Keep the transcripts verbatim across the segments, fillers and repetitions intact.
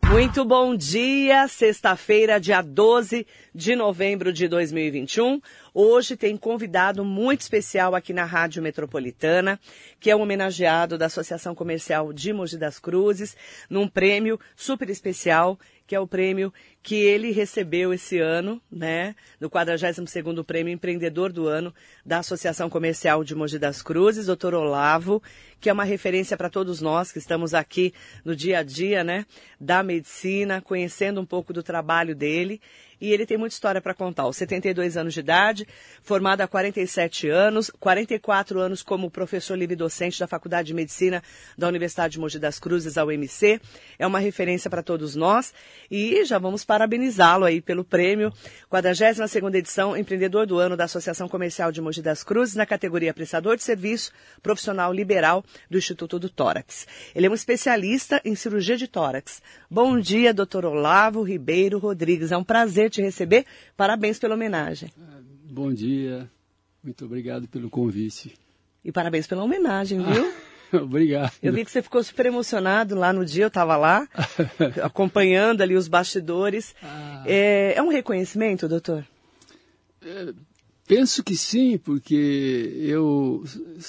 Muito bom dia, sexta-feira, dia doze de novembro de dois mil e vinte e um. Hoje tem convidado muito especial aqui na Rádio Metropolitana, que é um homenageado da Associação Comercial de Mogi das Cruzes, num prêmio super especial, que é o prêmio que ele recebeu esse ano, né, no quadragésimo segundo Prêmio Empreendedor do Ano da Associação Comercial de Mogi das Cruzes, doutor Olavo, que é uma referência para todos nós que estamos aqui no dia a dia, né, da medicina, conhecendo um pouco do trabalho dele. E ele tem muita história para contar. Aos setenta e dois anos de idade, formado há quarenta e sete anos, quarenta e quatro anos como professor livre-docente da Faculdade de Medicina da Universidade de Mogi das Cruzes, a U M C. É uma referência para todos nós. E já vamos parabenizá-lo aí pelo prêmio, quadragésima segunda edição, Empreendedor do Ano da Associação Comercial de Mogi das Cruzes, na categoria Prestador de Serviço Profissional Liberal do Instituto do Tórax. Ele é um especialista em cirurgia de tórax. Bom dia, doutor Olavo Ribeiro Rodrigues. É um prazer te receber. Parabéns pela homenagem. Bom dia. Muito obrigado pelo convite. E parabéns pela homenagem, viu? Ah, obrigado. Eu vi que você ficou super emocionado lá no dia, eu estava lá, acompanhando ali os bastidores. Ah. É, é um reconhecimento, doutor? É, penso que sim, porque eu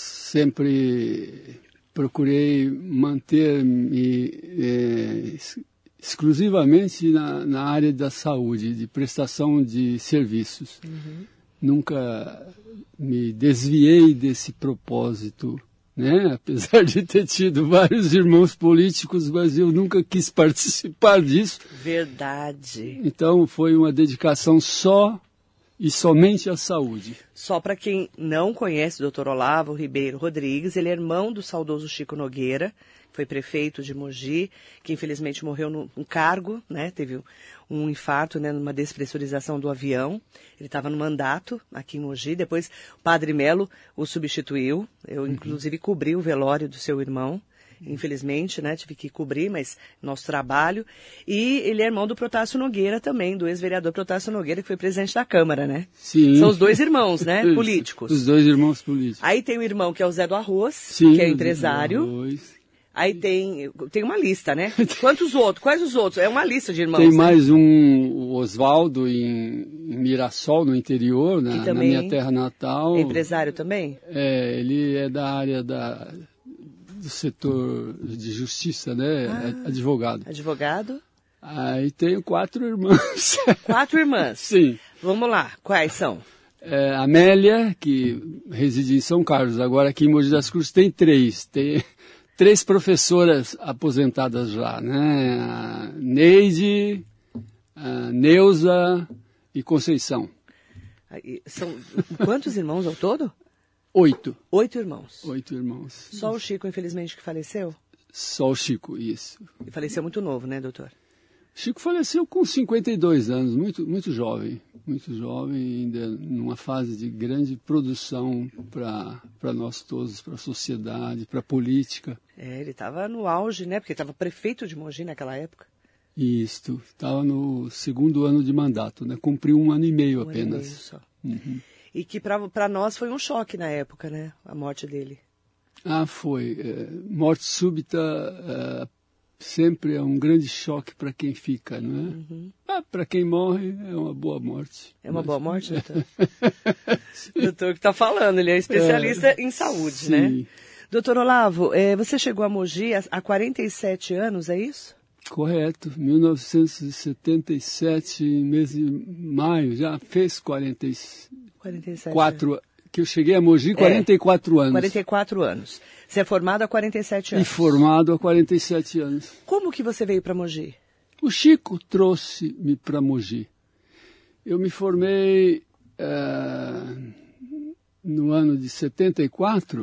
sempre procurei manter-me é, exclusivamente na, na área da saúde, de prestação de serviços. Uhum. Nunca me desviei desse propósito, né? Apesar de ter tido vários irmãos políticos, mas eu nunca quis participar disso. Verdade. Então foi uma dedicação só e somente à saúde. Só para quem não conhece o doutor Olavo Ribeiro Rodrigues, ele é irmão do saudoso Chico Nogueira, que foi prefeito de Mogi, que infelizmente morreu no, no cargo, né? Teve um infarto, né? Numa despressurização do avião. Ele estava no mandato aqui em Mogi. Depois o Padre Melo o substituiu. Eu, uhum. inclusive, cobri o velório do seu irmão. Infelizmente, né, tive que cobrir, mas nosso trabalho. E ele é irmão do Protásio Nogueira também, do ex-vereador Protásio Nogueira, que foi presidente da Câmara, né? Sim. São os dois irmãos, né, políticos. Os dois irmãos políticos. Aí tem o irmão que é o Zé do Arroz, Sim, que é empresário. Aí tem, tem uma lista, né? Quantos outros? Quais os outros? É uma lista de irmãos. Tem né? mais um, o Oswaldo em, em Mirassol, no interior, na, na minha terra natal. É empresário também? É, ele é da área da... do setor de justiça, né? Ah, advogado. Advogado. Aí tenho quatro irmãs. Quatro irmãs? Sim. Vamos lá, quais são? É, Amélia, que reside em São Carlos, agora aqui em Mogi das Cruzes tem três. Tem três professoras aposentadas já, né? A Neide, a Neuza e Conceição. São quantos irmãos ao todo? Oito. Oito irmãos. Oito irmãos. Só o Chico, infelizmente, que faleceu? Só o Chico, isso. E faleceu muito novo, né, doutor? Chico faleceu com cinquenta e dois anos, muito, muito jovem. Muito jovem, ainda numa fase de grande produção para nós todos, para a sociedade, para a política. É, ele estava no auge, né? Porque estava prefeito de Mogi naquela época. Isso, estava no segundo ano de mandato, né? Cumpriu um ano e meio um apenas. Ano e meio só. Uhum. E que para nós foi um choque na época, né? A morte dele. Ah, foi. É, morte súbita é, sempre é um grande choque para quem fica, não é? Uhum. Ah, para quem morre é uma boa morte. É uma mas... boa morte, doutor? O doutor que está falando, ele é especialista é, em saúde, sim. Né? Doutor Olavo, é, você chegou a Mogi há quarenta e sete anos, é isso? Correto, mil novecentos e setenta e sete, mês de maio, já fez quarenta e quatro, que eu cheguei a Mogi, quarenta e quatro é, anos. quarenta e quatro anos. Você é formado há quarenta e sete anos. E formado há quarenta e sete anos. Como que você veio para Mogi? O Chico trouxe-me para Mogi. Eu me formei uh, no ano de setenta e quatro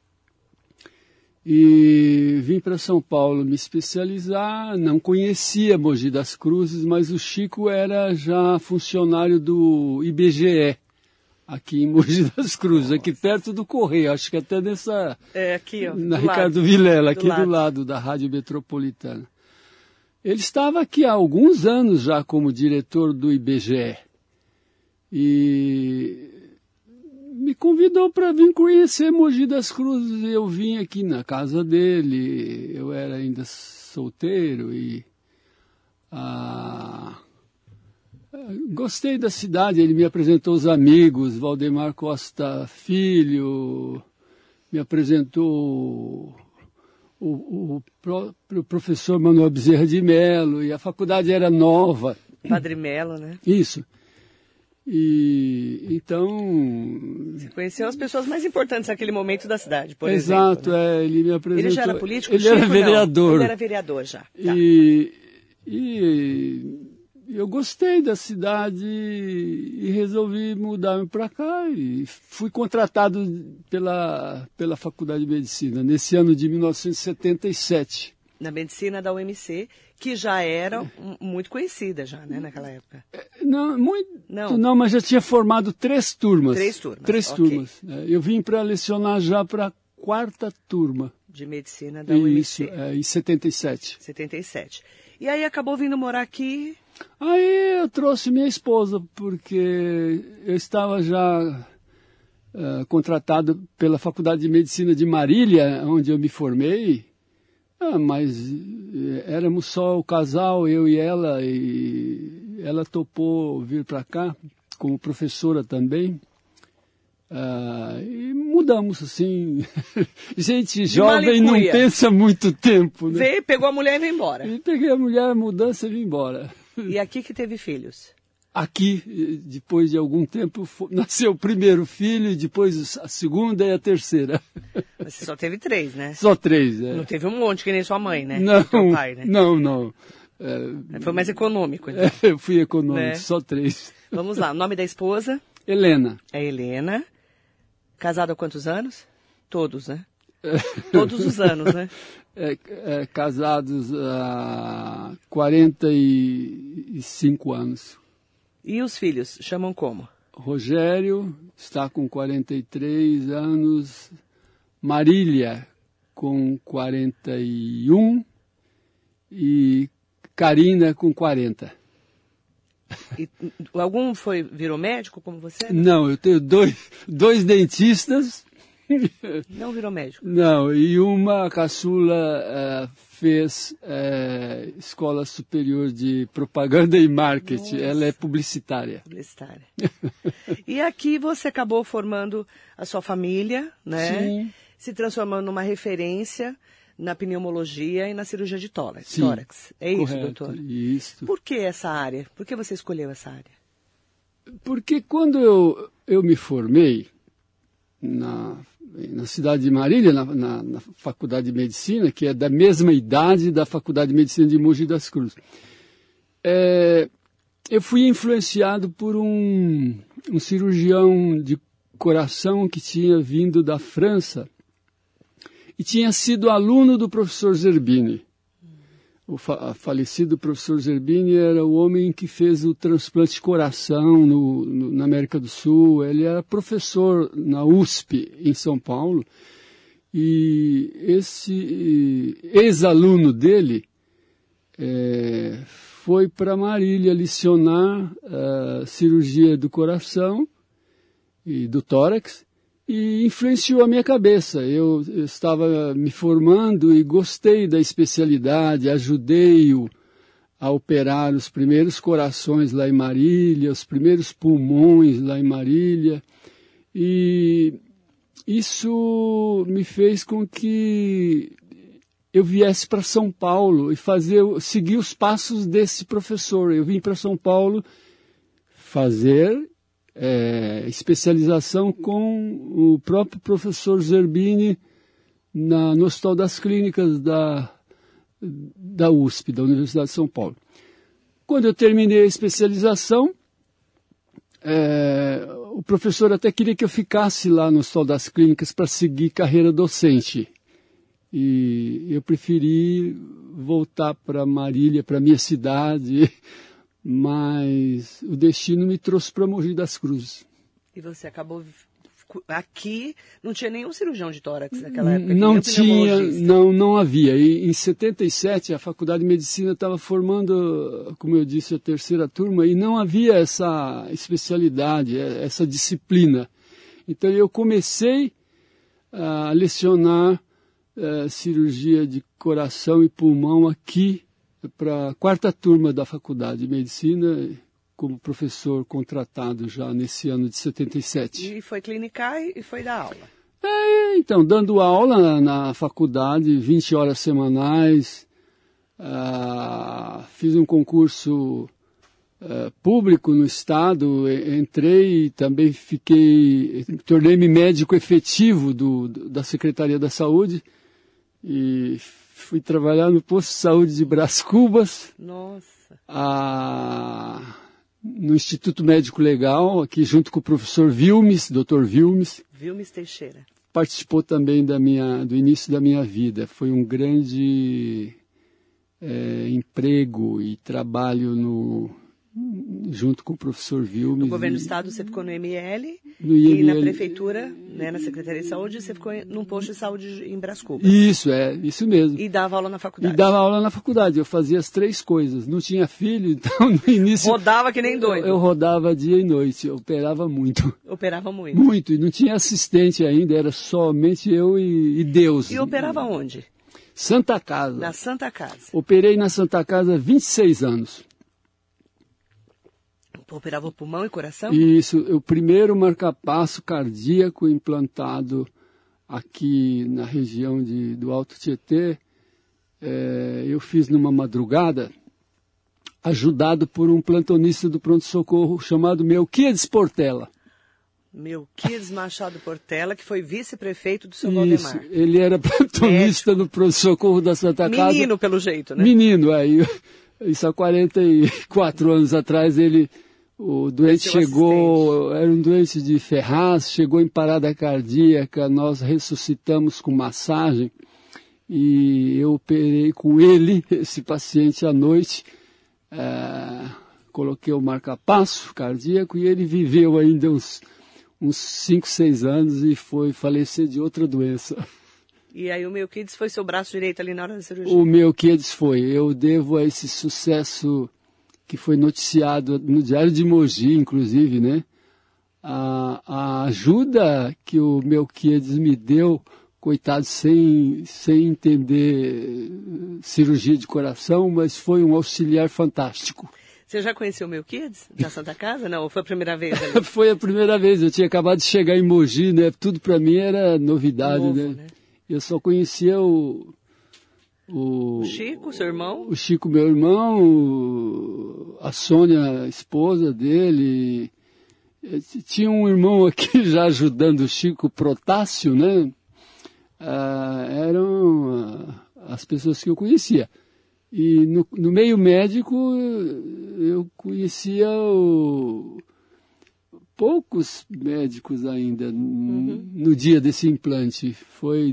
e vim para São Paulo me especializar. Não conhecia Mogi das Cruzes, mas o Chico era já funcionário do I B G E, aqui em Mogi das Cruzes, aqui perto do Correio, acho que até nessa... É, aqui, ó. Na Ricardo lado. Vilela, aqui do lado. do lado da Rádio Metropolitana. Ele estava aqui há alguns anos já como diretor do I B G E. E me convidou para vir conhecer Mogi das Cruzes. Eu vim aqui na casa dele, eu era ainda solteiro e a... Gostei da cidade, ele me apresentou os amigos, Valdemar Costa Filho, me apresentou o, o próprio professor Manuel Bezerra de Mello, e a faculdade era nova. Padre Mello, né? Isso. E então... Você conheceu as pessoas mais importantes naquele momento da cidade, por Exato, exemplo. Exato, né? é, ele me apresentou... Ele já era político? Ele Chico, era vereador. Não. Ele era vereador já. Tá. E, e eu gostei da cidade e resolvi mudar-me para cá. E fui contratado pela, pela Faculdade de Medicina, nesse ano de mil novecentos e setenta e sete. Na medicina da U M C, que já era muito conhecida já, né, naquela época. Não, muito não, não mas já tinha formado três turmas. Três turmas, Três okay. turmas. Eu vim para lecionar já para a quarta turma. De medicina da U M C. Isso, é, em setenta e sete. setenta e sete. E aí acabou vindo morar aqui? Aí eu trouxe minha esposa, porque eu estava já uh, contratado pela Faculdade de Medicina de Marília, onde eu me formei. Ah, mas éramos só o casal, eu e ela, e ela topou vir para cá, como professora também. Ah, e mudamos, assim. Gente jovem não pensa muito tempo, né? Veio, pegou a mulher e veio embora. E peguei a mulher, a mudança e vim embora. E aqui que teve filhos? Aqui, depois de algum tempo, nasceu o primeiro filho, e depois a segunda e a terceira. Você só teve três, né? Só três, é. Não teve um monte, que nem sua mãe, né? Não, Seu pai, né? não, não. É, Foi mais econômico, então. É, eu fui econômico, né? Só três. Vamos lá, o nome da esposa? Helena. É Helena. Casado há quantos anos? Todos, né? Todos os anos, né? É, é, casados há quarenta e cinco anos. E os filhos, chamam como? Rogério está com quarenta e três anos, Marília com quarenta e um e Karina com quarenta. E algum foi, virou médico como você? Não, eu tenho dois, dois dentistas. Não virou médico? Não, e uma caçula uh, fez uh, Escola Superior de Propaganda e Marketing. Nossa. Ela é publicitária. Publicitária. E aqui você acabou formando a sua família, né? Sim. Se transformando numa referência na pneumologia e na cirurgia de tórax. Sim, tórax. É isso, correto, doutor? Isso. Por que essa área? Por que você escolheu essa área? Porque quando eu, eu me formei na, na cidade de Marília, na, na, na Faculdade de Medicina, que é da mesma idade da Faculdade de Medicina de Mogi das Cruzes, é, eu fui influenciado por um, um cirurgião de coração que tinha vindo da França e tinha sido aluno do professor Zerbini. O fa falecido professor Zerbini era o homem que fez o transplante de coração no, no, na América do Sul. Ele era professor na U S P, em São Paulo. E esse ex-aluno dele é, foi para Marília lecionar a cirurgia do coração e do tórax. E influenciou a minha cabeça. Eu, eu estava me formando e gostei da especialidade, ajudei-o a operar os primeiros corações lá em Marília, os primeiros pulmões lá em Marília. E isso me fez com que eu viesse para São Paulo e fazer, seguir os passos desse professor. Eu vim para São Paulo fazer... É, especialização com o próprio professor Zerbini na, no Hospital das Clínicas da, da U S P, da Universidade de São Paulo. Quando eu terminei a especialização, é, o professor até queria que eu ficasse lá no Hospital das Clínicas para seguir carreira docente. E eu preferi voltar para Marília, para minha cidade... Mas o destino me trouxe para Mogi das Cruzes. E você acabou... Aqui não tinha nenhum cirurgião de tórax naquela época? Não tinha, não, não havia. E, em setenta e sete, a Faculdade de Medicina estava formando, como eu disse, a terceira turma, e não havia essa especialidade, essa disciplina. Então eu comecei a lecionar uh, cirurgia de coração e pulmão aqui para a quarta turma da Faculdade de Medicina, como professor contratado já nesse ano de setenta e sete. E foi clinicar e foi dar aula? É, então, dando aula na, na faculdade, vinte horas semanais, uh, fiz um concurso uh, público no estado, entrei e também fiquei, tornei-me médico efetivo do, do, da Secretaria da Saúde e fui trabalhar no posto de saúde de Brás Cubas. Nossa! A... no Instituto Médico Legal, aqui junto com o professor Vilmes, doutor Vilmes. Vilmes Teixeira. Participou também da minha, do início da minha vida. Foi um grande é, emprego e trabalho no, junto com o professor Vilmes. No governo do estado você ficou no M L no I M L, e na prefeitura, né, na Secretaria de Saúde, você ficou num posto de saúde em Brás Cubas. Isso, é, isso mesmo. E dava aula na faculdade. E dava aula na faculdade, eu fazia as três coisas. Não tinha filho, então no início... Rodava que nem doido. Eu, eu rodava dia e noite, eu operava muito. Operava muito. Muito, e não tinha assistente ainda, era somente eu e, e Deus. E operava onde? Santa Casa. Na Santa Casa. Operei na Santa Casa há vinte e seis anos. Operava pulmão e coração? Isso, o primeiro marcapasso cardíaco implantado aqui na região de, do Alto Tietê, é, eu fiz numa madrugada, ajudado por um plantonista do pronto-socorro chamado Melquiades Portela. Melquiades Machado Portela, que foi vice-prefeito do seu Isso, Valdemar. ele era plantonista no pronto-socorro da Santa Casa. Menino, pelo jeito, né? Menino, aí, isso há quarenta e quatro anos atrás, ele... O doente chegou, assistente. Era um doente de Ferraz, chegou em parada cardíaca, nós ressuscitamos com massagem e eu operei com ele, esse paciente à noite, é, coloquei o marca-passo cardíaco e ele viveu ainda uns, uns cinco, seis anos e foi falecer de outra doença. E aí o Melquiades foi seu braço direito ali na hora da cirurgia? O Melquiades foi, eu devo a esse sucesso... que foi noticiado no Diário de Mogi, inclusive, né? A, a ajuda que o Melquiades me deu, coitado, sem, sem entender cirurgia de coração, mas foi um auxiliar fantástico. Você já conheceu o Melquiades da Santa Casa? Não, ou foi a primeira vez ali? Foi a primeira vez, eu tinha acabado de chegar em Mogi, né? Tudo para mim era novidade, Novo, né? né? Eu só conhecia o... O, o Chico, seu irmão? O Chico, meu irmão, o, a Sônia, a esposa dele. Tinha um irmão aqui já ajudando o Chico, Protássio, né? Ah, eram ah, as pessoas que eu conhecia. E no, no meio médico eu conhecia o, poucos médicos ainda uhum. no dia desse implante. Foi...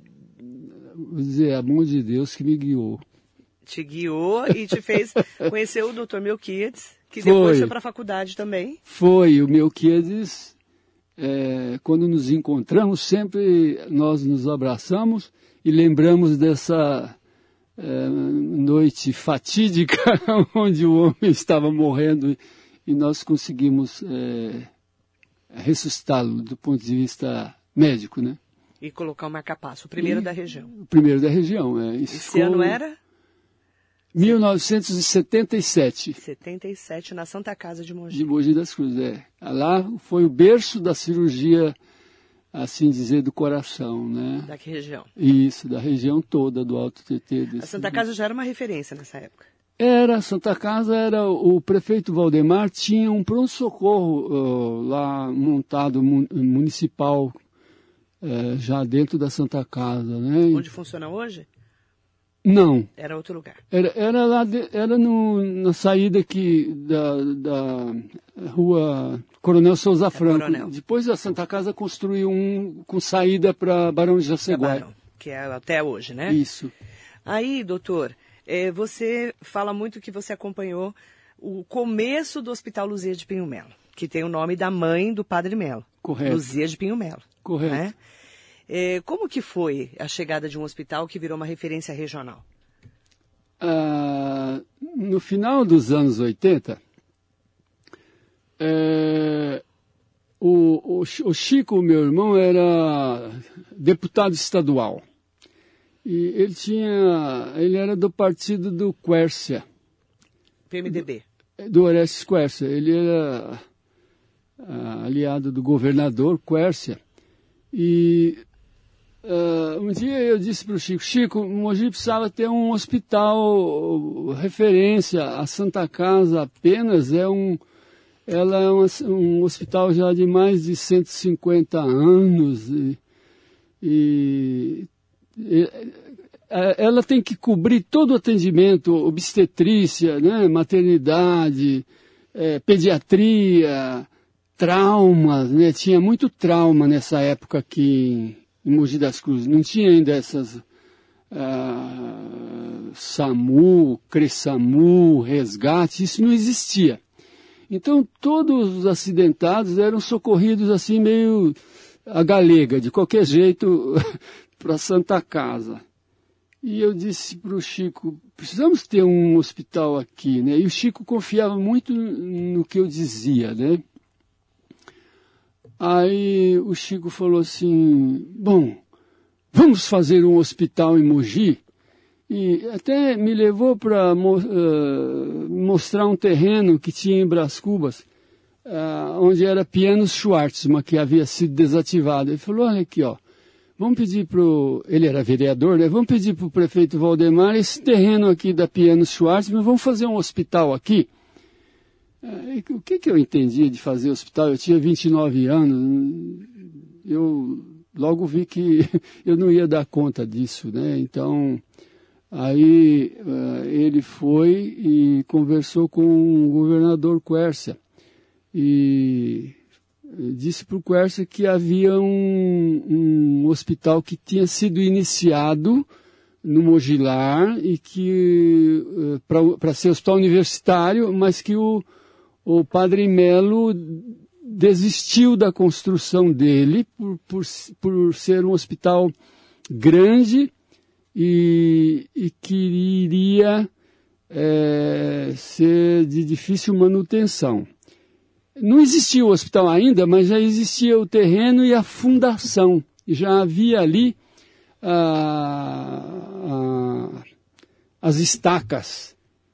Vou dizer, a mão de Deus que me guiou. Te guiou e te fez conhecer o doutor Melquiades, que foi. Depois foi para a faculdade também. Foi, o Melquiades, é, quando nos encontramos, sempre nós nos abraçamos e lembramos dessa é, noite fatídica onde o homem estava morrendo e nós conseguimos é, ressuscitá-lo do ponto de vista médico, né? E colocar o marca-passo, o primeiro e, da região. O primeiro da região, é. Esse ficou... ano era? mil novecentos e setenta e sete. setenta e sete, na Santa Casa de Mogi. De Mogi das Cruzes, é. Lá foi o berço da cirurgia, assim dizer, do coração, né? Da que região? Isso, da região toda do Alto Tietê. A Santa Casa já era uma referência nessa época? Era, a Santa Casa era, o prefeito Valdemar tinha um pronto-socorro uh, lá montado, mun, municipal, É, já dentro da Santa Casa, né? Onde funciona hoje? Não. Era outro lugar? Era, era lá, de, era no, na saída aqui da, da rua Coronel Souza Franco. Coronel. Depois a Santa Casa construiu um com saída para Barão de Jaceguai. Que é até hoje, né? Isso. Aí, doutor, é, você fala muito que você acompanhou o começo do Hospital Luzia de Pinho Melo, que tem o nome da mãe do Padre Melo. Correto. Luzia de Pinho Melo. Correto. Né? É, como que foi a chegada de um hospital que virou uma referência regional? Ah, no final dos anos oitenta, é, o, o, o Chico, meu irmão, era deputado estadual. E ele tinha, ele era do partido do Quércia. P M D B. Do, do Orestes Quércia. Ele era uh, aliado do governador Quércia. E uh, um dia eu disse para o Chico, Chico, Mogi precisava ter um hospital referência. A Santa Casa apenas é um, ela é uma, um hospital já de mais de cento e cinquenta anos. E, e ela tem que cobrir todo o atendimento, obstetrícia, né, maternidade, é, pediatria, traumas, né? Tinha muito trauma nessa época aqui em Mogi das Cruzes. Não tinha ainda essas uh, SAMU, CRESAMU, resgate, isso não existia. Então todos os acidentados eram socorridos assim meio a galega, de qualquer jeito, para a Santa Casa. E eu disse para o Chico, precisamos ter um hospital aqui, né? E o Chico confiava muito no que eu dizia, né? Aí o Chico falou assim, bom, vamos fazer um hospital em Mogi? E até me levou para uh, mostrar um terreno que tinha em Brás Cubas, uh, onde era Pianos Schwartzman, que havia sido desativado. Ele falou, olha aqui, ó. Vamos pedir para o... Ele era vereador, né? Vamos pedir para o prefeito Valdemar esse terreno aqui da Pianos Schwartzman, vamos fazer um hospital aqui. É, o que, que eu entendia de fazer hospital? Eu tinha vinte e nove anos, eu logo vi que eu não ia dar conta disso, né? Então, aí uh, ele foi e conversou com o governador Quércia e disse para o Quércia que havia um, um hospital que tinha sido iniciado no Mogilar e que uh, para ser hospital universitário, mas que o, o Padre Melo desistiu da construção dele por, por, por ser um hospital grande e, e que iria é, ser de difícil manutenção. Não existia o hospital ainda, mas já existia o terreno e a fundação. E já havia ali ah, ah, as estacas.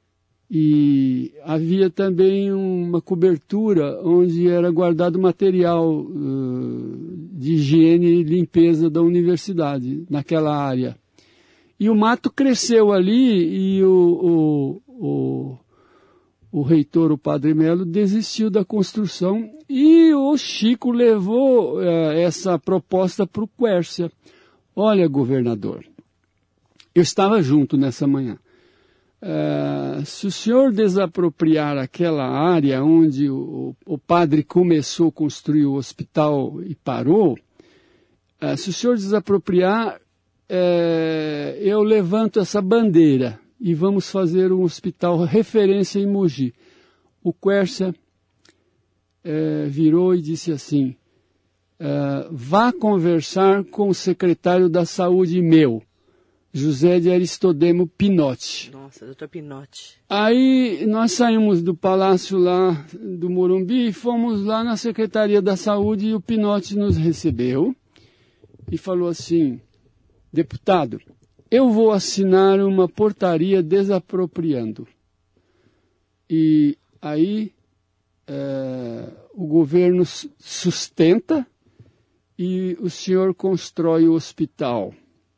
E havia também uma cobertura onde era guardado material uh, de higiene e limpeza da universidade, naquela área. E o mato cresceu ali e o... o, o O reitor, o Padre Melo, desistiu da construção e o Chico levou uh, essa proposta para o Quércia. Olha, governador, eu estava junto nessa manhã. Uh, se o senhor desapropriar aquela área onde o, o padre começou a construir o hospital e parou, uh, se o senhor desapropriar, uh, eu levanto essa bandeira e vamos fazer um hospital referência em Mogi. O Quércia é, virou e disse assim, é, vá conversar com o secretário da saúde meu, José de Aristodemo Pinotti. Nossa, doutor Pinotti. Aí nós saímos do palácio lá do Morumbi e fomos lá na Secretaria da Saúde e o Pinotti nos recebeu e falou assim, deputado, eu vou assinar uma portaria desapropriando. E aí é, o governo sustenta e o senhor constrói o hospital.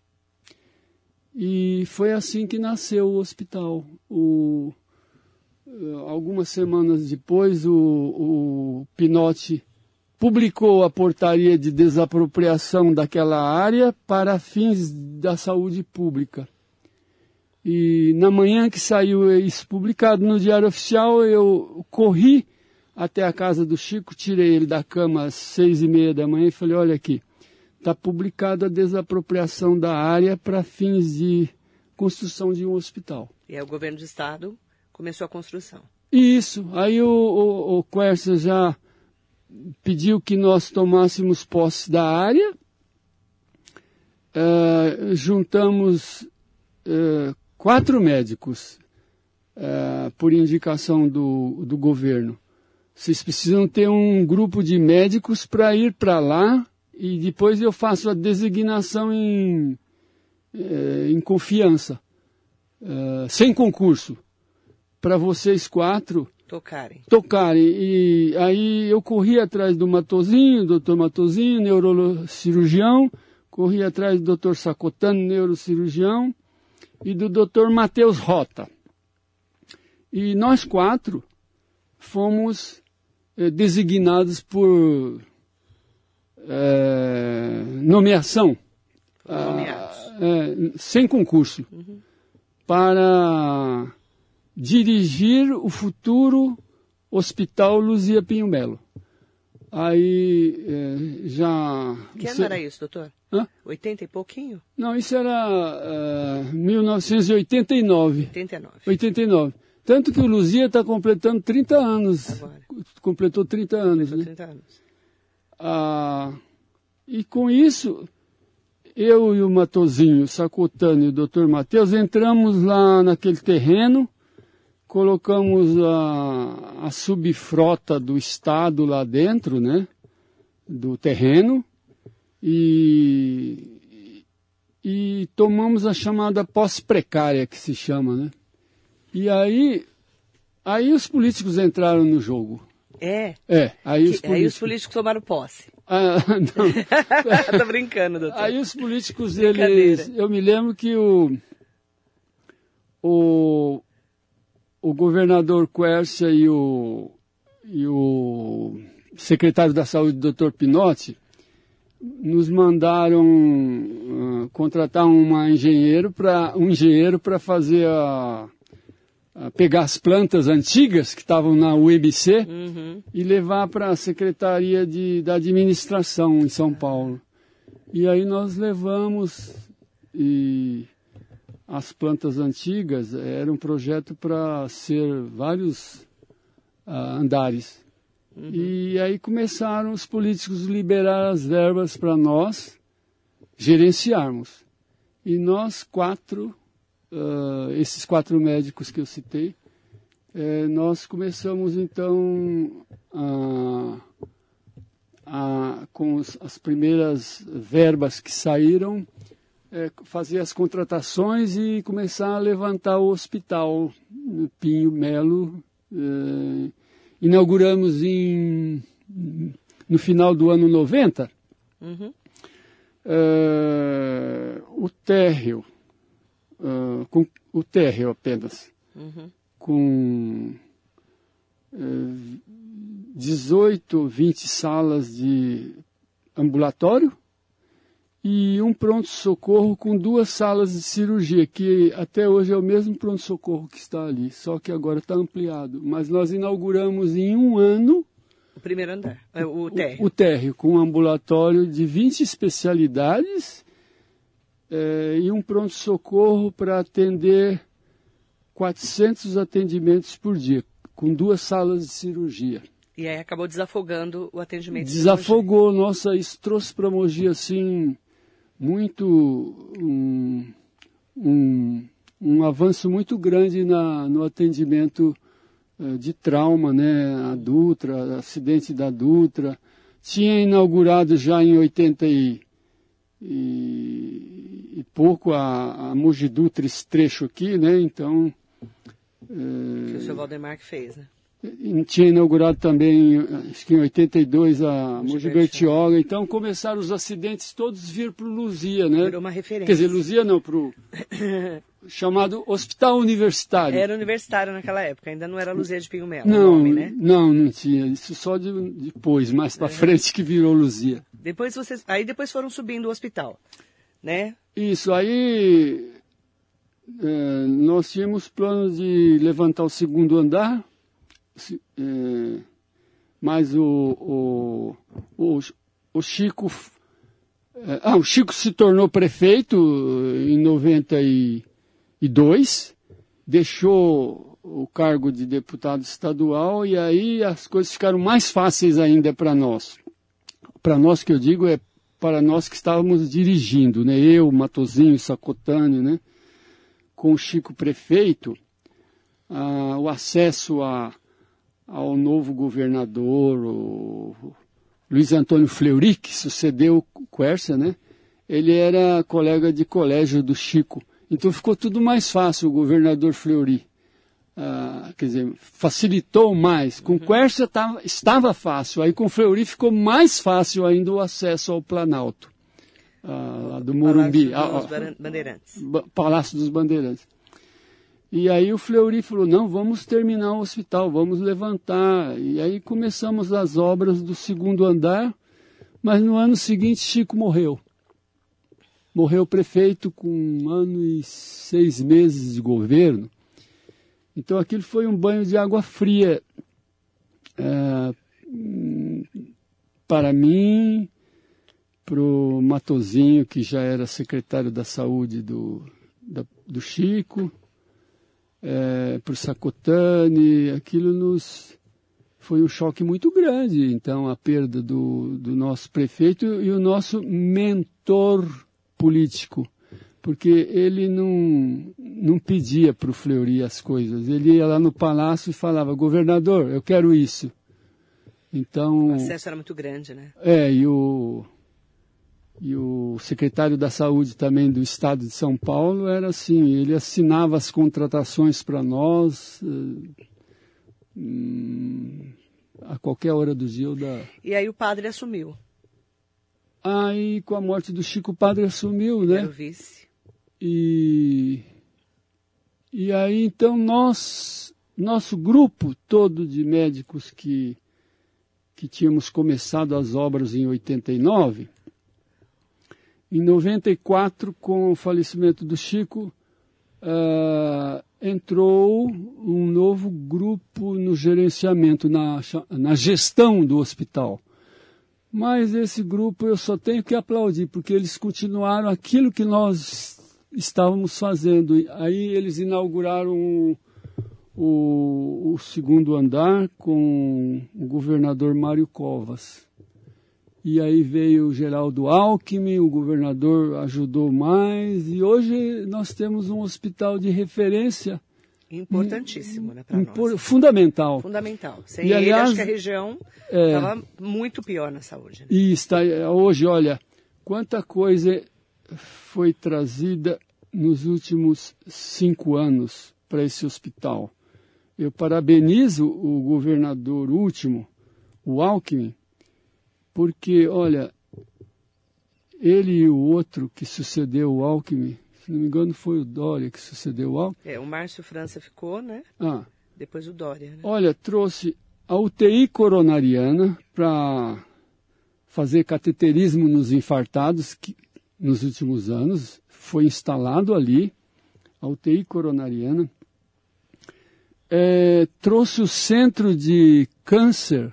E foi assim que nasceu o hospital. O, algumas semanas depois, o, o Pinotti publicou a portaria de desapropriação daquela área para fins da saúde pública. E na manhã que saiu isso publicado no Diário Oficial, eu corri até a casa do Chico, tirei ele da cama às seis e meia da manhã e falei, olha aqui, está publicada a desapropriação da área para fins de construção de um hospital. E aí o governo do estado começou a construção. Isso, aí o, o, o Quércia já pediu que nós tomássemos posse da área, uh, juntamos uh, quatro médicos uh, por indicação do, do governo. Vocês precisam ter um grupo de médicos para ir para lá e depois eu faço a designação em, é, em confiança, é, sem concurso, para vocês quatro tocarem. tocarem. E aí eu corri atrás do Matosinho, doutor Matosinho, neurocirurgião, corri atrás do doutor Sacotano, neurocirurgião, e do doutor Matheus Rota. E nós quatro fomos eh, designados por eh, nomeação, ah, eh, sem concurso, uhum. para dirigir o futuro Hospital Luzia Pinho Melo. Aí eh, já... Que ano era isso, doutor? Hã? oitenta e pouquinho? Não, isso era uh, mil novecentos e oitenta e nove. oitenta e nove. oitenta e nove. Tanto que o Luzia está completando trinta anos. Agora. Completou trinta anos. Completou né? trinta anos. Ah, e com isso, eu e o Matosinho, o Sacotano e o doutor Matheus entramos lá naquele terreno, colocamos a, a subfrota do Estado lá dentro, né, do terreno, e, e tomamos a chamada pós-precária, que se chama, né? E aí, aí os políticos entraram no jogo. É? É, aí, que, os, políticos... aí os políticos tomaram posse. Ah, não. Tô brincando, doutor. Aí os políticos, eles... Eu me lembro que o... O, o governador Quércia e o, e o secretário da Saúde, doutor Pinotti, nos mandaram uh, contratar uma engenheiro pra, um engenheiro para fazer a, a pegar as plantas antigas que estavam na U M C uhum. e levar para a Secretaria de, da Administração em São Paulo. E aí nós levamos e as plantas antigas, era um projeto para ser vários uh, andares. Uhum. E aí começaram os políticos a liberar as verbas para nós gerenciarmos. E nós quatro, uh, esses quatro médicos que eu citei, eh, nós começamos então a, a, com os, as primeiras verbas que saíram, eh, fazer as contratações e começar a levantar o hospital Pinho Melo. Eh, Inauguramos em, no final do ano noventa, uhum. uh, o térreo, uh, com o térreo apenas, uhum. com uh, dezoito, vinte salas de ambulatório e um pronto-socorro com duas salas de cirurgia, que até hoje é o mesmo pronto-socorro que está ali, só que agora está ampliado. Mas nós inauguramos em um ano... O primeiro andar, o térreo. O, o térreo, com um ambulatório de vinte especialidades é, e um pronto-socorro para atender quatrocentos atendimentos por dia, com duas salas de cirurgia. E aí acabou desafogando o atendimento. Desafogou, nossa, isso trouxe para Mogi, assim... muito um, um, um avanço muito grande na, no atendimento uh, de trauma, né? A Dutra, acidente da Dutra. Tinha inaugurado já em oitenta e, e, e pouco a, a Mogi Dutra, esse trecho aqui, né? Então... Uh, que o seu Valdemar que fez, né? Tinha inaugurado também, acho que em oitenta e dois, a Mogi Bertioga. Então começaram os acidentes todos vir para o Luzia, né? Virou uma referência. Quer dizer, Luzia não, para o chamado Hospital Universitário. Era universitário naquela época, ainda não era Luzia de Pinho Melo, não, o nome, né? Não, não tinha. Isso só de, depois, mais para é. frente que virou Luzia. Depois vocês, aí depois foram subindo o hospital, né? Isso, aí é, nós tínhamos planos de levantar o segundo andar. É, mas o, o, o, o Chico é, ah, o Chico se tornou prefeito em noventa e dois, deixou o cargo de deputado estadual e aí as coisas ficaram mais fáceis ainda para nós. Para nós que eu digo é para nós que estávamos dirigindo, né? Eu, Matosinho, Sacotani, né? Com o Chico prefeito, ah, o acesso a ao novo governador, o Luiz Antônio Fleury, que sucedeu o Quércia, né? ele era colega de colégio do Chico. Então ficou tudo mais fácil, o governador Fleury. Ah, quer dizer, facilitou mais. Com uhum. Quércia tava, estava fácil, aí com Fleury ficou mais fácil ainda o acesso ao Planalto, ah, lá do Morumbi. Palácio dos ah, Bandeirantes. Palácio dos Bandeirantes. E aí o Fleury falou, não, vamos terminar o hospital, vamos levantar. E aí começamos as obras do segundo andar, mas no ano seguinte Chico morreu. Morreu o prefeito com um ano e seis meses de governo. Então aquilo foi um banho de água fria é, para mim, para o Matozinho, que já era secretário da saúde do, da, do Chico, é, para o Sacotani. Aquilo nos foi um choque muito grande. Então a perda do, do nosso prefeito e o nosso mentor político. Porque ele não, não pedia para o Fleury as coisas. Ele ia lá no palácio e falava, governador, eu quero isso. Então, o acesso era muito grande, né? É, e o, e o secretário da Saúde também do Estado de São Paulo era assim, ele assinava as contratações para nós hum, a qualquer hora do dia. Da... E aí o padre assumiu. Aí, com a morte do Chico, o padre assumiu, né? Era o vice. E, e aí, então, nós, nosso grupo todo de médicos que, que tínhamos começado as obras em oitenta e nove, em noventa e quatro, com o falecimento do Chico, uh, entrou um novo grupo no gerenciamento, na, na gestão do hospital. Mas esse grupo eu só tenho que aplaudir, porque eles continuaram aquilo que nós estávamos fazendo. Aí eles inauguraram o, o, o segundo andar com o governador Mário Covas. E aí veio o Geraldo Alckmin, o governador ajudou mais, e hoje nós temos um hospital de referência. Importantíssimo, né, para nós. Fundamental. Fundamental. Sem e, ele, aliás, acho que a região estava é, muito pior na saúde. Né? E está, hoje, olha, quanta coisa foi trazida nos últimos cinco anos para esse hospital. Eu parabenizo o governador último, o Alckmin, porque, olha, ele e o outro que sucedeu o Alckmin, se não me engano foi o Dória que sucedeu o Alckmin. É, o Márcio França ficou, né? Ah. Depois o Dória, né? Olha, trouxe a U T I coronariana para fazer cateterismo nos infartados, que nos últimos anos foi instalado ali, a U T I coronariana. É, trouxe o centro de câncer,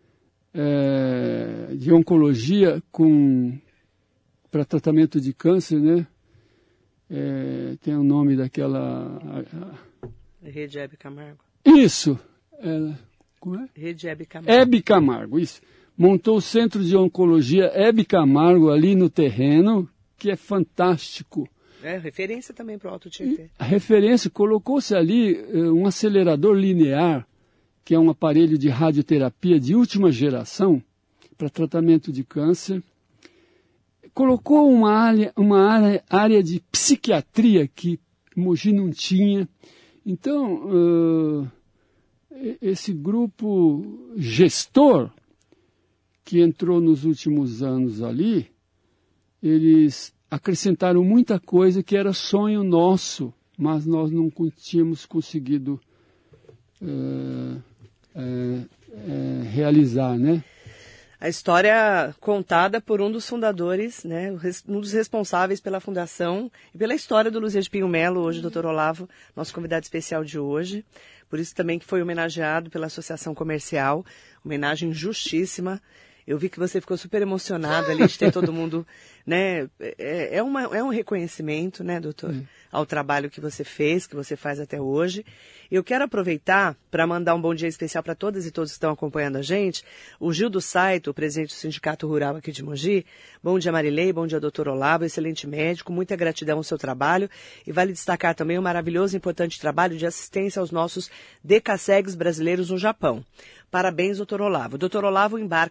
é, de oncologia com para tratamento de câncer, né? É, tem o nome daquela... Rede Hebe Camargo. Isso! Ela, como é? Rede Hebe Camargo. Hebe Camargo, isso. Montou o Centro de Oncologia Hebe Camargo ali no terreno, que é fantástico. É, referência também para o Alto Tietê. A referência, colocou-se ali uh, um acelerador linear, que é um aparelho de radioterapia de última geração, para tratamento de câncer. Colocou uma área, uma área, área de psiquiatria que Mogi não tinha. Então, uh, esse grupo gestor que entrou nos últimos anos ali, eles acrescentaram muita coisa que era sonho nosso, mas nós não tínhamos conseguido uh, uh, uh, realizar, né? A história contada por um dos fundadores, né, um dos responsáveis pela fundação e pela história do Luzia de Pinho Melo, hoje, doutor Olavo, nosso convidado especial de hoje. Por isso também que foi homenageado pela Associação Comercial, homenagem justíssima. Eu vi que você ficou super emocionado ali de ter todo mundo, né, é, é, uma, é um reconhecimento, né, doutor, é. ao trabalho que você fez, que você faz até hoje. Eu quero aproveitar para mandar um bom dia especial para todas e todos que estão acompanhando a gente. O Gil do Saito, o presidente do Sindicato Rural aqui de Mogi. Bom dia, Marilei. Bom dia, doutor Olavo. Excelente médico. Muita gratidão ao seu trabalho. E vale destacar também o maravilhoso e importante trabalho de assistência aos nossos decassegues brasileiros no Japão. Parabéns, doutor Olavo. O doutor Olavo embarca depois de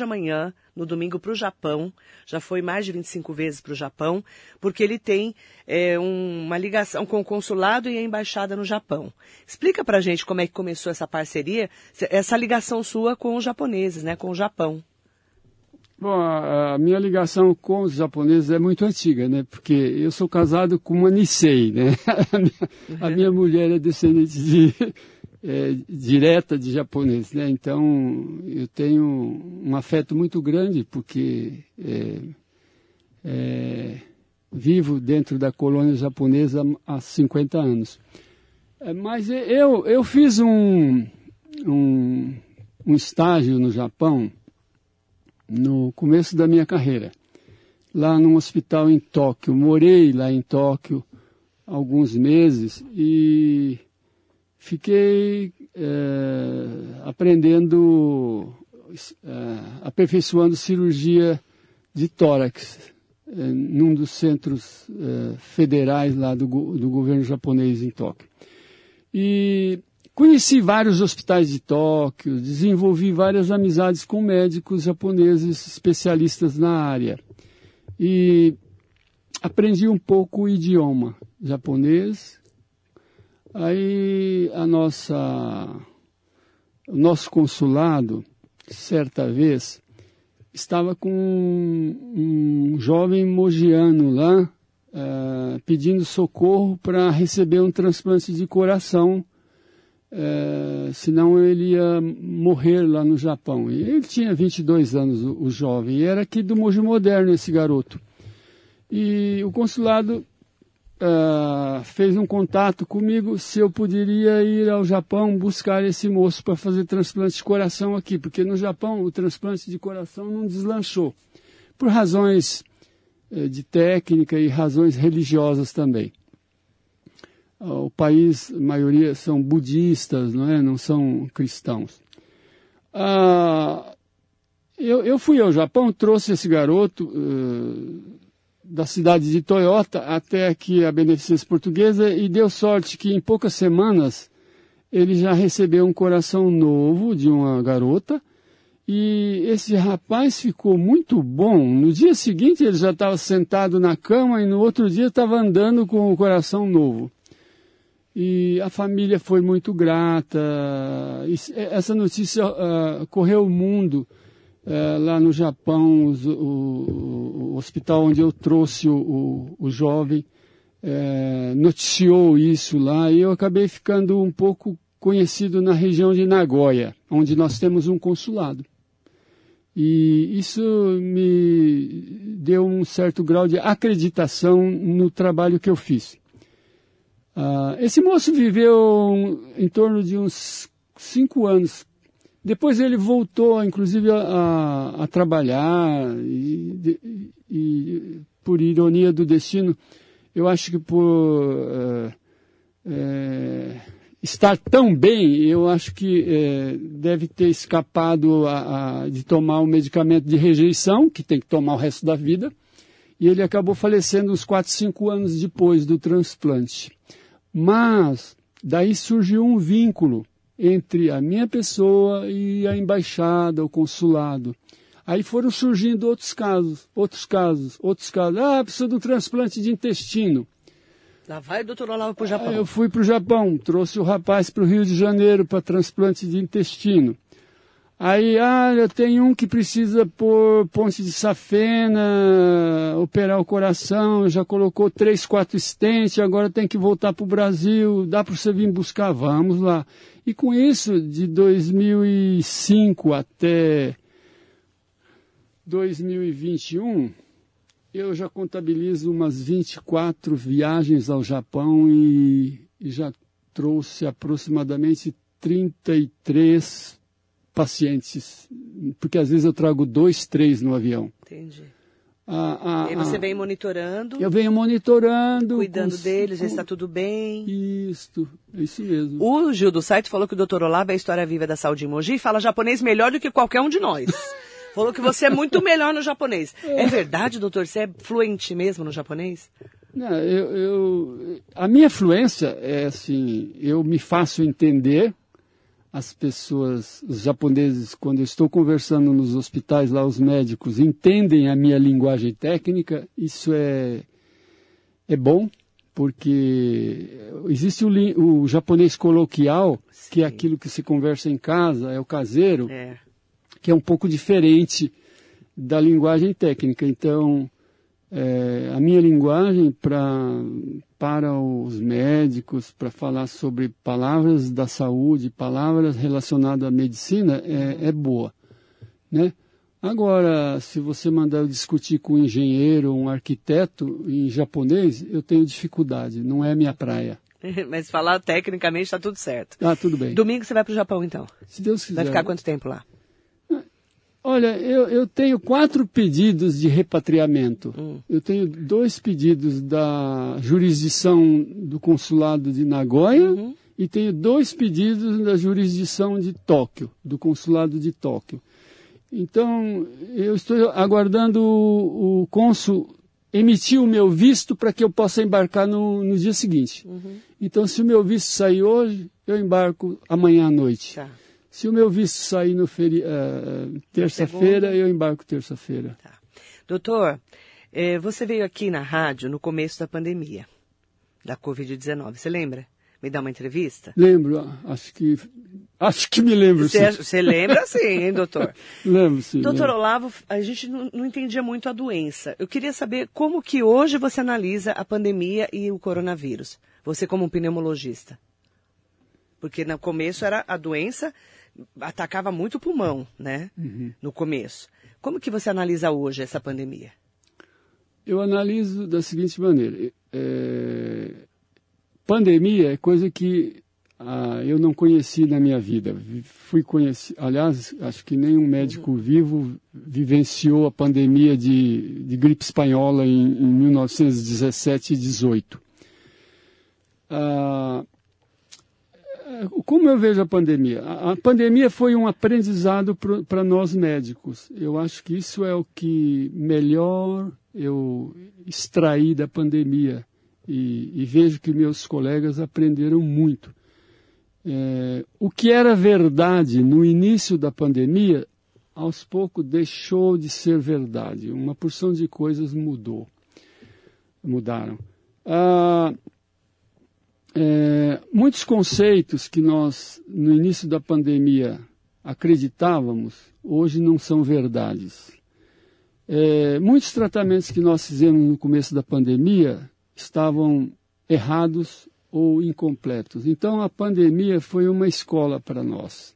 amanhã, no domingo, para o Japão. Já foi mais de vinte e cinco vezes para o Japão, porque ele tem é, um, uma ligação com o consulado e a embaixada no Japão. Explica para a gente como é que começou essa parceria, essa ligação sua com os japoneses, né, com o Japão. Bom, a, a minha ligação com os japoneses é muito antiga, né? Porque eu sou casado com uma Nisei, né? A minha, a minha mulher é descendente de, é, direta de japonês, né? Então, eu tenho um afeto muito grande, porque é, é, vivo dentro da colônia japonesa há cinquenta anos. É, mas eu, eu fiz um, um, um estágio no Japão no começo da minha carreira, lá num hospital em Tóquio. Morei lá em Tóquio alguns meses e fiquei é, aprendendo, é, aperfeiçoando cirurgia de tórax, é, num dos centros é, federais lá do, do governo japonês em Tóquio. E conheci vários hospitais de Tóquio, desenvolvi várias amizades com médicos japoneses especialistas na área. E aprendi um pouco o idioma japonês. Aí a nossa, o nosso consulado, certa vez, estava com um, um jovem mogiano lá, uh, pedindo socorro para receber um transplante de coração. É, senão ele ia morrer lá no Japão. E ele tinha vinte e dois anos, o, o jovem, e era aqui do Mogi Moderno esse garoto. E o consulado uh, fez um contato comigo se eu poderia ir ao Japão buscar esse moço para fazer transplante de coração aqui, porque no Japão o transplante de coração não deslanchou, por razões uh, de técnica e razões religiosas também. O país, a maioria são budistas, não é? Não são cristãos. Ah, eu, eu fui ao Japão, trouxe esse garoto uh, da cidade de Toyota até aqui a Beneficência Portuguesa e deu sorte que em poucas semanas ele já recebeu um coração novo de uma garota e esse rapaz ficou muito bom. No dia seguinte ele já estava sentado na cama e no outro dia estava andando com o coração novo. E a família foi muito grata. Essa notícia uh, correu o mundo uh, lá no Japão, o, o, o hospital onde eu trouxe o, o, o jovem uh, noticiou isso lá e eu acabei ficando um pouco conhecido na região de Nagoya, onde nós temos um consulado. E isso me deu um certo grau de acreditação no trabalho que eu fiz. Uh, esse moço viveu em torno de uns cinco anos. Depois ele voltou, inclusive, a, a, a trabalhar e, e, e, por ironia do destino, eu acho que por uh, é, estar tão bem, eu acho que é, deve ter escapado a, a, de tomar um medicamento de rejeição, que tem que tomar o resto da vida, e ele acabou falecendo uns quatro, cinco anos depois do transplante. Mas daí surgiu um vínculo entre a minha pessoa e a embaixada, o consulado. Aí foram surgindo outros casos, outros casos, outros casos. Ah, precisa de um transplante de intestino. Lá vai o doutor Olavo para o Japão. Eu fui para o Japão, trouxe o rapaz para o Rio de Janeiro para transplante de intestino. Aí, ah, eu tenho um que precisa pôr ponte de safena, operar o coração, já colocou três, quatro stents, agora tem que voltar para o Brasil, dá para você vir buscar? Vamos lá. E com isso, de dois mil e cinco até dois mil e vinte e um, eu já contabilizo umas vinte e quatro viagens ao Japão e, e já trouxe aproximadamente trinta e três pacientes, porque às vezes eu trago dois, três no avião. Entendi. Ah, ah, e aí você ah, vem monitorando? Eu venho monitorando. Cuidando com, deles, com, ver se está tudo bem. Isso, é isso mesmo. O Gil do site falou que o doutor Olavo é a história viva da saúde em Mogi e fala japonês melhor do que qualquer um de nós. Falou que você é muito melhor no japonês. É, é verdade, doutor? Você é fluente mesmo no japonês? Não, eu, eu, a minha fluência é assim, eu me faço entender. as pessoas, os japoneses, quando eu estou conversando nos hospitais lá, os médicos entendem a minha linguagem técnica, isso é, é bom, porque existe o, o japonês coloquial, Sim. que é aquilo que se conversa em casa, é o caseiro, é. que é um pouco diferente da linguagem técnica. Então, é, a minha linguagem pra, para os médicos, para falar sobre palavras da saúde, palavras relacionadas à medicina, é, é boa, né? Agora, se você mandar eu discutir com um engenheiro ou um arquiteto em japonês, eu tenho dificuldade, não é minha praia. Mas falar tecnicamente está tudo certo. Ah, tudo bem. Domingo você vai para o Japão, então? Se Deus quiser. Vai ficar quanto tempo lá? Olha, eu, eu tenho quatro pedidos de repatriamento. Hum. Eu tenho dois pedidos da jurisdição do consulado de Nagoya uhum. e tenho dois pedidos da jurisdição de Tóquio, do consulado de Tóquio. Então, eu estou aguardando o, o cônsul emitir o meu visto para que eu possa embarcar no, no dia seguinte. Uhum. Então, se o meu visto sair hoje, eu embarco amanhã à noite. Tá. Se o meu visto sair no feri- uh, terça-feira, eu embarco terça-feira. Tá. Doutor, eh, você veio aqui na rádio no começo da pandemia, da covid dezenove, você lembra? Me dá uma entrevista? Lembro, acho que, acho que me lembro, Você, sim. Você lembra sim, hein, doutor? Lembro, sim. Doutor lembro. Olavo, a gente não, não entendia muito a doença. Eu queria saber como que hoje você analisa a pandemia e o coronavírus. Você como um pneumologista. Porque no começo era a doença, atacava muito o pulmão, né? Uhum. No começo. Como que você analisa hoje essa pandemia? Eu analiso da seguinte maneira. É... Pandemia é coisa que ah, eu não conheci na minha vida. Fui conhecer, aliás, acho que nenhum médico uhum. vivo vivenciou a pandemia de, de gripe espanhola em, em mil novecentos e dezessete e dezoito. Ah, como eu vejo a pandemia? A, a pandemia foi um aprendizado para nós médicos. Eu acho que isso é o que melhor eu extraí da pandemia. E, e vejo que meus colegas aprenderam muito. É, o que era verdade no início da pandemia, aos poucos deixou de ser verdade. Uma porção de coisas mudou, mudaram. Ah, é, muitos conceitos que nós, no início da pandemia, acreditávamos, hoje não são verdades. É, muitos tratamentos que nós fizemos no começo da pandemia estavam errados ou incompletos. Então, a pandemia foi uma escola para nós.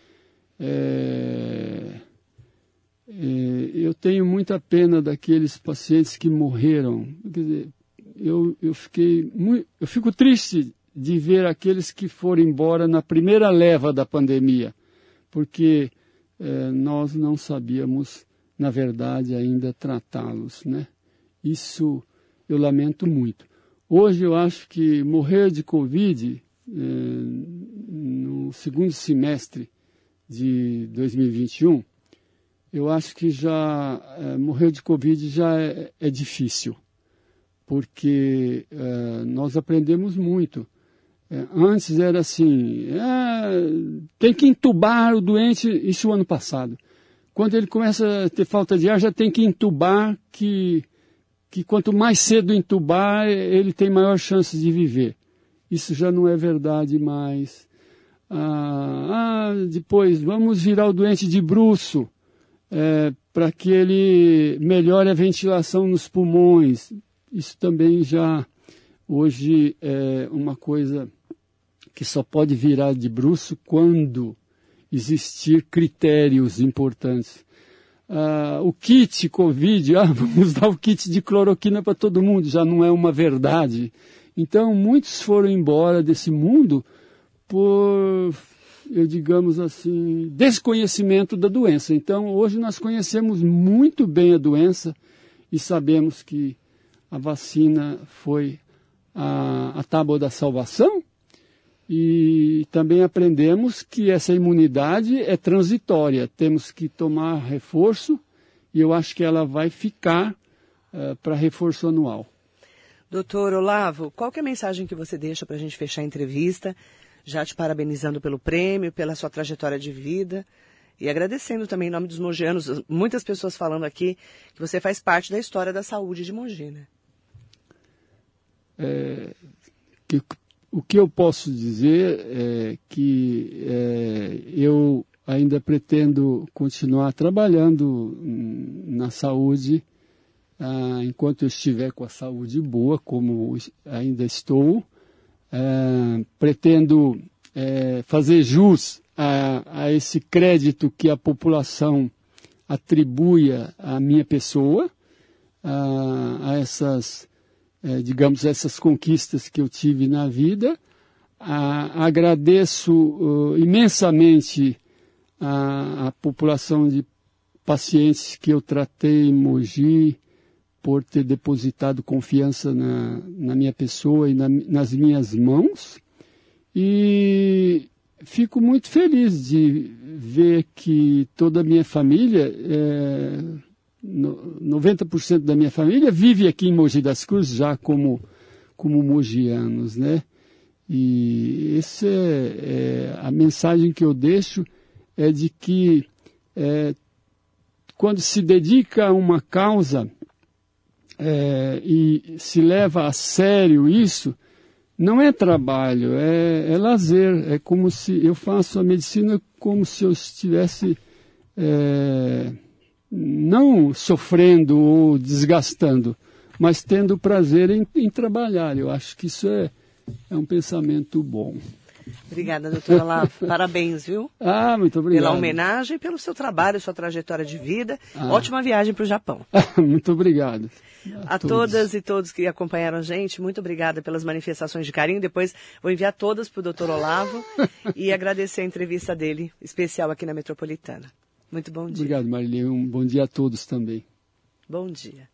É, é, eu tenho muita pena daqueles pacientes que morreram. Quer dizer, eu, eu, fiquei muito, eu fico triste de ver aqueles que foram embora na primeira leva da pandemia, porque é, nós não sabíamos, na verdade, ainda tratá-los, né? Isso eu lamento muito. Hoje eu acho que morrer de Covid eh, no segundo semestre de dois mil e vinte e um, eu acho que já eh, morrer de Covid já é, é difícil, porque eh, nós aprendemos muito. Eh, antes era assim, eh, tem que entubar o doente, isso ano passado. Quando ele começa a ter falta de ar, já tem que entubar que... que quanto mais cedo entubar, ele tem maior chance de viver. Isso já não é verdade mais. Ah, ah, depois, vamos virar o doente de bruço, é, para que ele melhore a ventilação nos pulmões. Isso também já, hoje, é uma coisa que só pode virar de bruço quando existir critérios importantes. Uh, o kit Covid, ah, vamos dar o kit de cloroquina para todo mundo, já não é uma verdade. Então, muitos foram embora desse mundo por, eu digamos assim, desconhecimento da doença. Então, hoje nós conhecemos muito bem a doença e sabemos que a vacina foi a, a tábua da salvação. E também aprendemos que essa imunidade é transitória, temos que tomar reforço e eu acho que ela vai ficar uh, para reforço anual. Doutor Olavo, qual que é a mensagem que você deixa para a gente fechar a entrevista, já te parabenizando pelo prêmio, pela sua trajetória de vida e agradecendo também em nome dos mogianos, muitas pessoas falando aqui que você faz parte da história da saúde de Mogi, né? É, que, o que eu posso dizer é que é, eu ainda pretendo continuar trabalhando na saúde ah, enquanto eu estiver com a saúde boa, como ainda estou. Ah, pretendo é, fazer jus a, a esse crédito que a população atribui à minha pessoa, a, a essas, é, digamos, essas conquistas que eu tive na vida. Ah, agradeço uh, imensamente a, a população de pacientes que eu tratei em Mogi por ter depositado confiança na, na minha pessoa e na, nas minhas mãos. E fico muito feliz de ver que toda a minha família, é, no, noventa por cento da minha família vive aqui em Mogi das Cruzes, já como, como mogianos, né? E essa é, é a mensagem que eu deixo, é de que é, quando se dedica a uma causa é, e se leva a sério isso, não é trabalho, é, é lazer. É como se eu faço a medicina como se eu estivesse é, não sofrendo ou desgastando, mas tendo prazer em, em trabalhar. Eu acho que isso é, é um pensamento bom. Obrigada, doutora Olavo. Parabéns, viu? Ah, muito obrigado. Pela homenagem, pelo seu trabalho, sua trajetória de vida. Ah. Ótima viagem para o Japão. Muito obrigado. A, a todas e todos que acompanharam a gente, muito obrigada pelas manifestações de carinho. Depois vou enviar todas para o doutor Olavo e agradecer a entrevista dele, especial aqui na Metropolitana. Muito bom dia. Obrigado, Marilene. Um bom dia a todos também. Bom dia.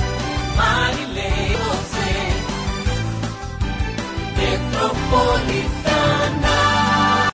Metropolitana.